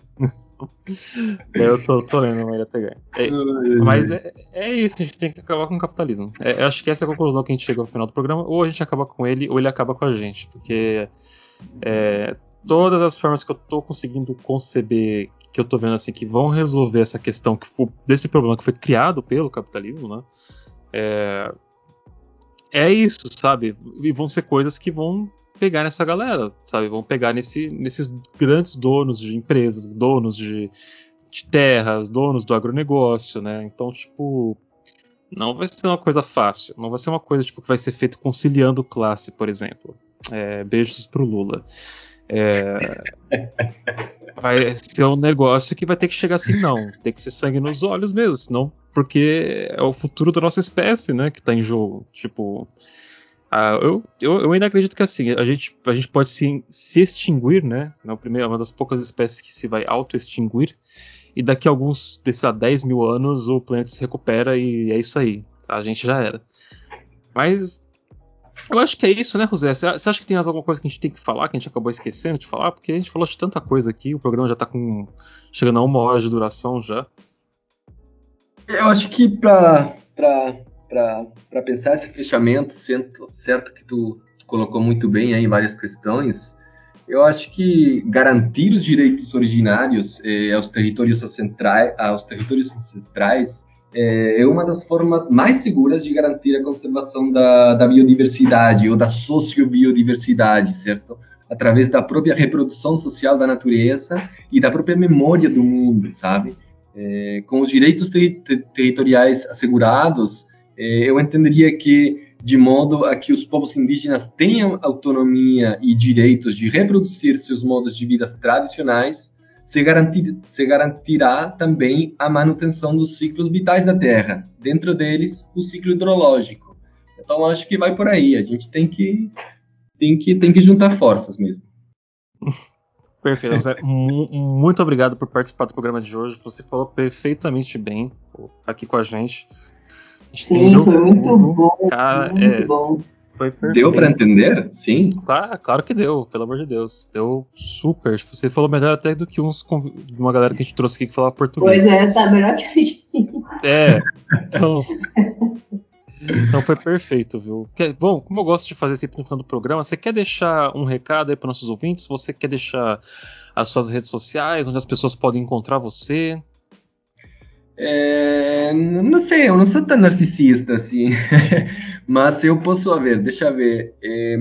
Eu tô, tô lendo a Maria Tegai. É, mas é, é isso, a gente tem que acabar com o capitalismo. É, eu acho que essa é a conclusão que a gente chega no final do programa. Ou a gente acaba com ele, ou ele acaba com a gente. Porque é, todas as formas que eu tô conseguindo conceber, que eu tô vendo assim, que vão resolver essa questão que foi, desse problema que foi criado pelo capitalismo, né? É, é isso, sabe? E vão ser coisas que vão pegar nessa galera, sabe? Vão pegar nesse, nesses grandes donos de empresas, donos de, de terras, donos do agronegócio, né? Então, tipo, não vai ser uma coisa fácil. Não vai ser uma coisa tipo, que vai ser feito conciliando classe, por exemplo. É, beijos pro Lula. É, vai ser um negócio que vai ter que chegar assim, não. Tem que ser sangue nos olhos mesmo, senão, porque é o futuro da nossa espécie, né? Que tá em jogo. Tipo... Ah, eu, eu, eu ainda acredito que assim, a gente, a gente pode se, se extinguir, né? É primeiro, uma das poucas espécies que se vai auto-extinguir. E daqui a alguns, sei lá, dez mil anos, o planeta se recupera e é isso aí. A gente já era. Mas eu acho que é isso, né, José? Você acha que tem mais alguma coisa que a gente tem que falar, que a gente acabou esquecendo de falar? Porque a gente falou de tanta coisa aqui, o programa já tá com, chegando a uma hora de duração já. Eu acho que pra... pra... para pensar esse fechamento, certo que tu, tu colocou muito bem aí várias questões, eu acho que garantir os direitos originários eh, aos, territórios ancestrais, aos territórios ancestrais eh, é uma das formas mais seguras de garantir a conservação da, da biodiversidade ou da sociobiodiversidade, certo? através da própria reprodução social da natureza e da própria memória do mundo, sabe? É, com os direitos ter ter territoriais assegurados, é, eu entenderia que, de modo a que os povos indígenas tenham autonomia e direitos de reproduzir seus modos de vida tradicionais, se, garantir, se garantirá também a manutenção dos ciclos vitais da Terra, dentro deles o ciclo hidrológico. Então, acho que vai por aí. A gente tem que, tem que, tem que juntar forças mesmo. Perfeito, José. Muito obrigado por participar do programa de hoje. Você falou perfeitamente bem aqui com a gente. A gente Sim, foi muito tudo. bom. Cara, muito é, bom. Foi perfeito. Deu para entender? Sim. Claro, claro que deu, pelo amor de Deus. Deu super. Você falou melhor até do que uns de uma galera que a gente trouxe aqui que falava português. Pois é, tá melhor que a gente. É. Então. Então foi perfeito, viu? Bom, como eu gosto de fazer sempre no final do programa, você quer deixar um recado aí para nossos ouvintes? Você quer deixar as suas redes sociais, onde as pessoas podem encontrar você? É, não sei, eu não sou tão narcisista assim, mas eu posso, a ver, deixa eu ver. É,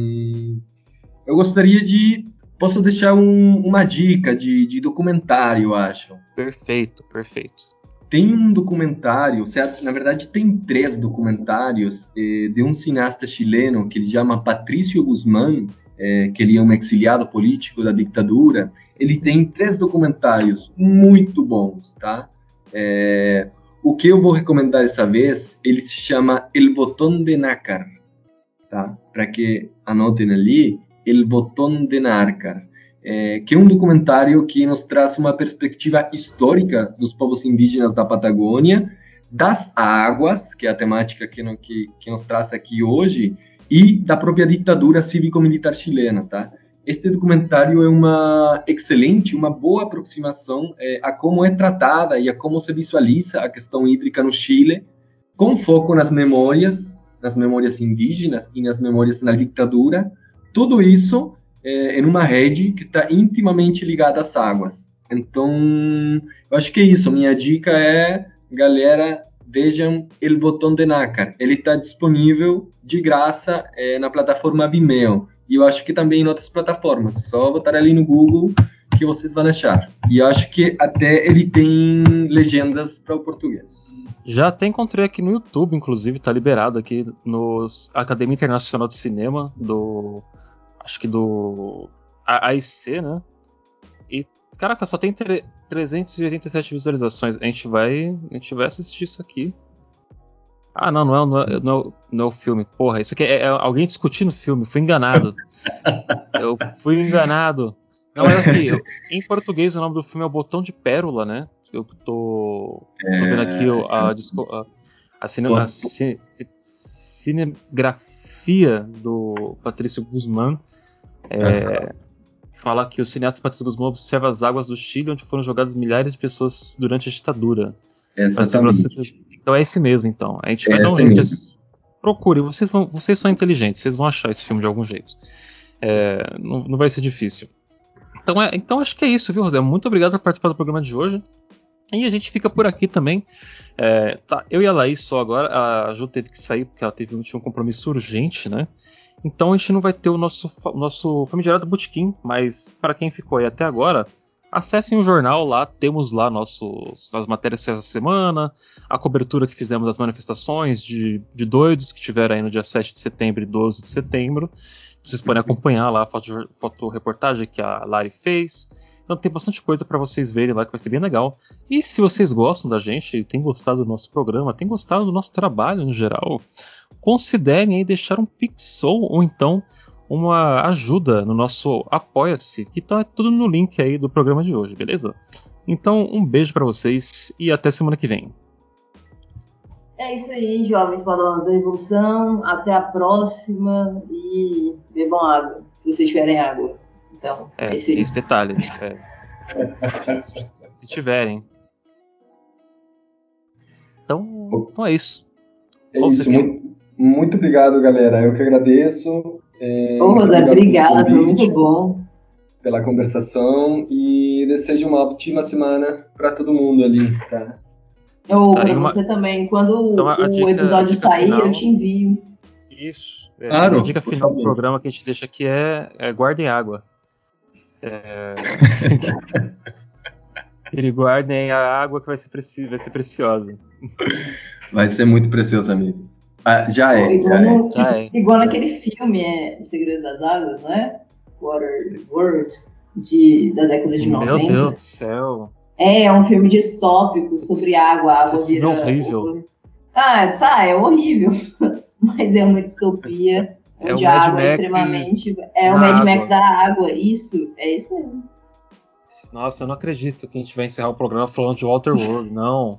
eu gostaria de, posso deixar um, uma dica de, de documentário, eu acho. Perfeito, perfeito. Tem um documentário, certo? Na verdade tem três documentários eh, de um cineasta chileno que ele chama Patricio Guzmán, eh, que ele é um exiliado político da ditadura. Ele tem três documentários muito bons, tá? É, o que eu vou recomendar dessa vez, ele se chama El Botón de Nácar, tá? Para que anotem ali, El Botón de Nácar. É, que é um documentário que nos traz uma perspectiva histórica dos povos indígenas da Patagônia, das águas, que é a temática que, no, que, que nos traz aqui hoje, e da própria ditadura cívico-militar chilena, tá? Este documentário é uma excelente, uma boa aproximação é, a como é tratada e a como se visualiza a questão hídrica no Chile, com foco nas memórias, nas memórias indígenas e nas memórias da ditadura. Tudo isso é, em uma rede que está intimamente ligada às águas. Então, eu acho que é isso. Minha dica é, galera, vejam El Botón de Nácar. Ele está disponível de graça é, na plataforma Vimeo. E eu acho que também em outras plataformas. Só botar ali no Google que vocês vão achar. E eu acho que até ele tem legendas para o português. Já até encontrei aqui no YouTube, inclusive, tá liberado aqui no Academia Internacional de Cinema, do... acho que do A I C, né? E, caraca, só tem tre- trezentas e oitenta e sete visualizações. A gente vai, a gente vai assistir isso aqui. Ah, não, não é, não é, não é, não é o filme. Porra, isso aqui é, é alguém discutindo o filme. Fui enganado. Eu fui enganado. Não, é aqui. Eu, em português, o nome do filme é O Botão de Pérola, né? Eu tô, tô vendo aqui a, a, a, cine, a ci, ci, cinegrafia do Patrício Guzmán. É, fala que o cineasta Patrício Guzmán observa as águas do Chile, onde foram jogadas milhares de pessoas durante a ditadura. Exatamente. Então é esse mesmo, então. A gente vai é dar um link. Procure, vocês, vão, vocês são inteligentes, vocês vão achar esse filme de algum jeito. É, não, não vai ser difícil. Então, é, então acho que é isso, viu, José? Muito obrigado por participar do programa de hoje. E a gente fica por aqui também. É, tá, eu e a Laís só agora. A Ju teve que sair porque ela teve, tinha um compromisso urgente, né? Então a gente não vai ter o nosso, nosso famigerado botequim, mas para quem ficou aí até agora, acessem o jornal lá, temos lá nossos, as matérias dessa semana, a cobertura que fizemos das manifestações de, de doidos que tiveram aí no dia sete de setembro e doze de setembro. Vocês podem acompanhar lá a foto, fotoreportagem que a Lari fez. Então tem bastante coisa para vocês verem lá que vai ser bem legal. E se vocês gostam da gente, tem gostado do nosso programa, tem gostado do nosso trabalho no geral, considerem aí deixar um pixel ou então uma ajuda no nosso Apoia-se, que tá tudo no link aí do programa de hoje, beleza? Então um beijo para vocês e até semana que vem. É isso aí, jovens padrões da evolução. Até a próxima e bebam água, se vocês tiverem água. Então, é, é isso aí. Esse detalhe. É. se, se tiverem. Então, então é isso. É Ou isso. Muito, muito obrigado, galera. Eu que agradeço. É, Ô, José, obrigada. Foi muito bom. Pela conversação e desejo uma ótima semana para todo mundo ali, tá? Ou tá, para uma... você também. Quando então, o dica, episódio sair, final... eu te envio. Isso. É, Claro, a dica por final do favor. programa que a gente deixa aqui é, é guardem água. É... Eles guardem a água que vai ser, preci... vai ser preciosa. Vai ser muito preciosa mesmo. Ah, já Pô, é, igual, já é. no- Já é. igual naquele filme, é, O Segredo das Águas, não é? Water World, de, da década de Meu noventa. Deus do céu. É, é um filme distópico sobre água. A água Esse filme é vira. horrível. Ah, tá, é horrível. Mas é uma distopia É onde o a Mad água é Max extremamente. É o na Mad Max água. da água. Isso, é isso mesmo. Nossa, eu não acredito que a gente vai encerrar o programa falando de Walter World, não.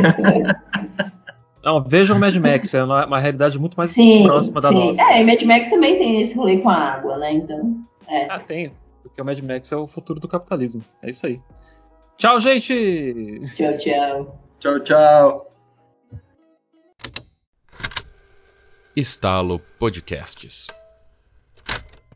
Não, vejam o Mad Max, é uma, uma realidade muito mais Sim, próxima da sim. nossa. É, e Mad Max também tem esse rolê com a água, né? Então. É. Ah, tem, porque o Mad Max é o futuro do capitalismo. É isso aí. Tchau, gente! Tchau, tchau. Tchau, tchau. Estalo Podcasts.